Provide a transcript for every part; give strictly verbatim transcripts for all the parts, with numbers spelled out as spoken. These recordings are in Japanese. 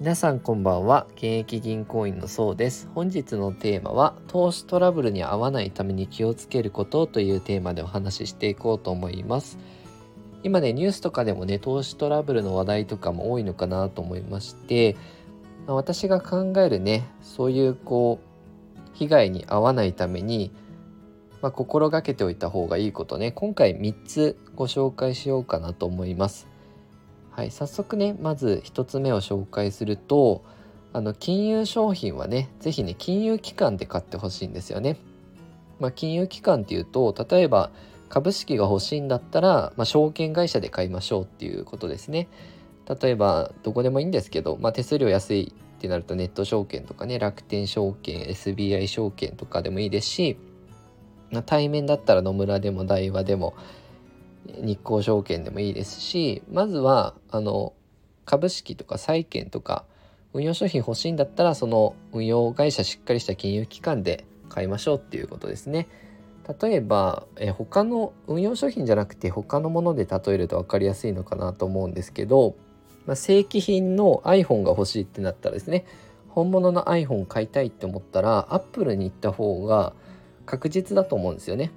皆さんこんばんは。現役銀行員のそうです。本日のテーマは投資トラブルに遭わないために気をつけることというテーマでお話ししていこうと思います。今ねニュースとかでもね投資トラブルの話題とかも多いのかなと思いまして、まあ、私が考えるねそういうこう被害に遭わないために、まあ、心がけておいた方がいいことね、今回みっつご紹介しようかなと思います。はい、早速ねまずひとつめを紹介すると、あの金融商品はねぜひね金融機関で買ってほしいんですよね。まあ、金融機関っていうと例えば株式が欲しいんだったら、まあ、証券会社で買いましょうっていうことですね。例えばどこでもいいんですけど、まあ、手数料安いってなるとネット証券とかね、楽天証券 エスビーアイ 証券とかでもいいですし、まあ、対面だったら野村でも大和でも日興証券でもいいですし、まずはあの株式とか債券とか運用商品欲しいんだったらその運用会社しっかりした金融機関で買いましょうっていうことですね。例えばえ他の運用商品じゃなくて他のもので例えると分かりやすいのかなと思うんですけど、まあ、正規品の iPhone が欲しいってなったらですね、本物の iPhone 買いたいって思ったら Apple に行った方が確実だと思うんですよね。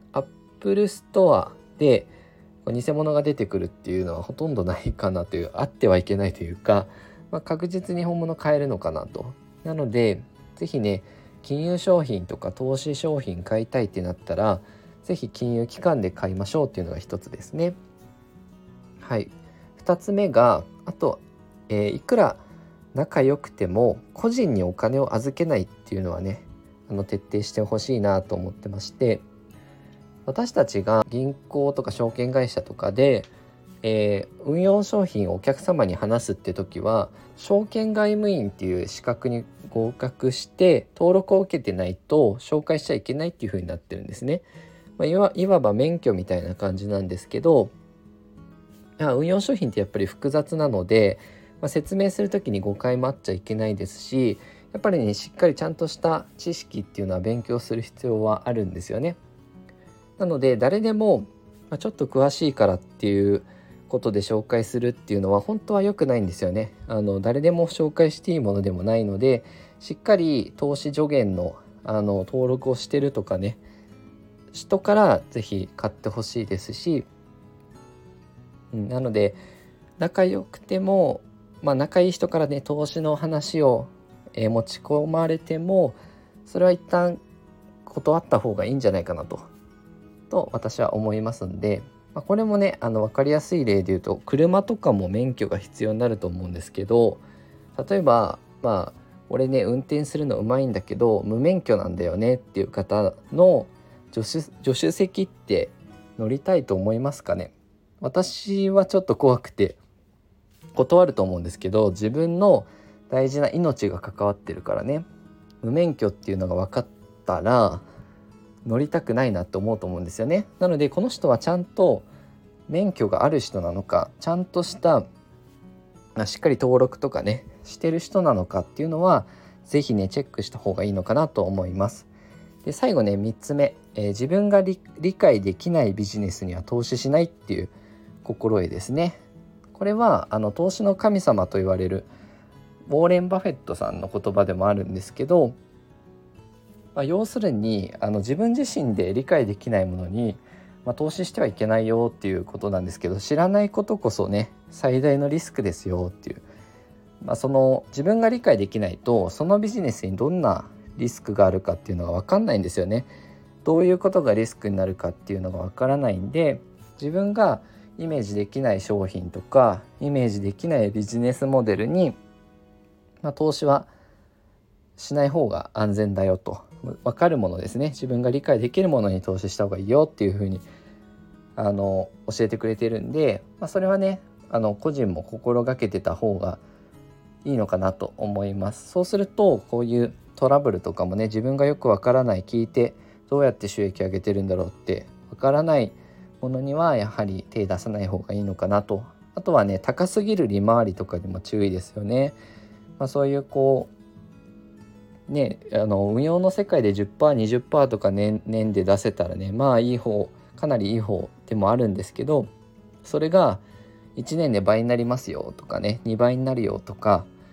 Apple ストアで偽物が出てくるっていうのはほとんどないかなという、あってはいけないというか、まあ、確実に本物買えるのかなと。なのでぜひね金融商品とか投資商品買いたいってなったらぜひ金融機関で買いましょうっていうのが一つですね。はい。二つ目があと、えー、いくら仲良くても個人にお金を預けないっていうのはねあの徹底してほしいなと思ってまして、私たちが銀行とか証券会社とかで、えー、運用商品をお客様に話すって時は証券外務員っていう資格に合格して登録を受けてないと紹介しちゃいけないっていう風になってるんですね。まあ、いわ、いわば免許みたいな感じなんですけど、運用商品ってやっぱり複雑なので、まあ、説明する時に誤解もあっちゃいけないですし、やっぱりねしっかりちゃんとした知識っていうのは勉強する必要はあるんですよね。なので誰でも、まあ、ちょっと詳しいからっていうことで紹介するっていうのは本当は良くないんですよね。あの誰でも紹介していいものでもないので、しっかり投資助言の、あの登録をしてるとかね人からぜひ買ってほしいですし、うん、なので仲良くても、まあ、仲いい人からね投資の話を、えー持ち込まれてもそれは一旦断った方がいいんじゃないかなとと私は思いますんで、まあ、これもねあの分かりやすい例で言うと車とかも免許が必要になると思うんですけど、例えばまあ俺ね運転するのうまいんだけど無免許なんだよねっていう方の助手、助手席って乗りたいと思いますかね。私はちょっと怖くて断ると思うんですけど、自分の大事な命が関わってるからね、無免許っていうのが分かったら乗りたくないなって思うと思うんですよね。なのでこの人はちゃんと免許がある人なのか、ちゃんとしたしっかり登録とかねしてる人なのかっていうのはぜひねチェックした方がいいのかなと思います。で最後ねみっつめ、えー、自分が 理, 理解できないビジネスには投資しないっていう心得ですね。これはあの投資の神様と言われるウォーレン・バフェットさんの言葉でもあるんですけど、まあ、要するにあの自分自身で理解できないものに、まあ、投資してはいけないよっていうことなんですけど、知らないことこそね最大のリスクですよっていう、まあ、その自分が理解できないとそのビジネスにどんなリスクがあるかっていうのが分かんないんですよね。どういうことがリスクになるかっていうのが分からないんで、自分がイメージできない商品とかイメージできないビジネスモデルに、まあ、投資はしない方が安全だよと、分かるものですね、自分が理解できるものに投資した方がいいよっていうふうにあの教えてくれてるんで、まあ、それはねあの個人も心がけてた方がいいのかなと思います。そうするとこういうトラブルとかもね自分がよく分からない、聞いてどうやって収益上げてるんだろうって分からないものにはやはり手出さない方がいいのかなと。あとはね高すぎる利回りとかにも注意ですよね。まあ、そういうこうねあの運用の世界で じゅっパーセントにじゅっパーセント とか 年, 年で出せたらねまあいい方、かなりいい方でもあるんですけど、それがいちねんで倍になりますよとかねにばいになるよとか、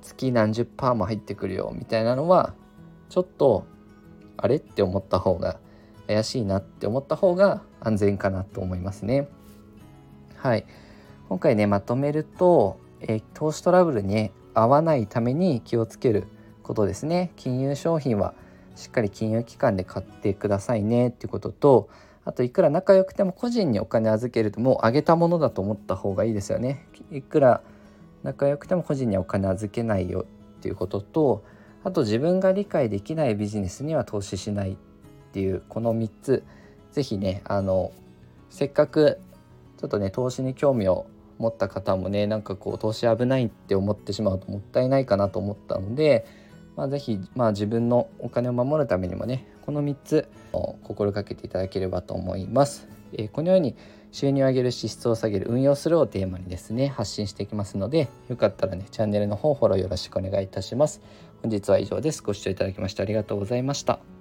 月何十パーも入ってくるよみたいなのはちょっとあれって思った方が、怪しいなって思った方が安全かなと思いますね。はい、今回ねまとめると、えー、投資トラブルに合わないために気をつけることですね。金融商品はしっかり金融機関で買ってくださいねっていうことと、あといくら仲良くても個人にお金預けるともうあげたものだと思った方がいいですよね。いくら仲良くても個人にはお金預けないよっていうことと、あと自分が理解できないビジネスには投資しないっていう、このみっつぜひね、あのせっかくちょっとね投資に興味を持った方もね、なんかこう投資危ないって思ってしまうともったいないかなと思ったので、まあ、ぜひ、まあ、自分のお金を守るためにもねこのみっつを心がけていただければと思います。えー、このように収入を上げる、支出を下げる、運用するをテーマにですね発信していきますので、よかったらねチャンネルの方フォローよろしくお願いいたします。本日は以上です。ご視聴いただきましてありがとうございました。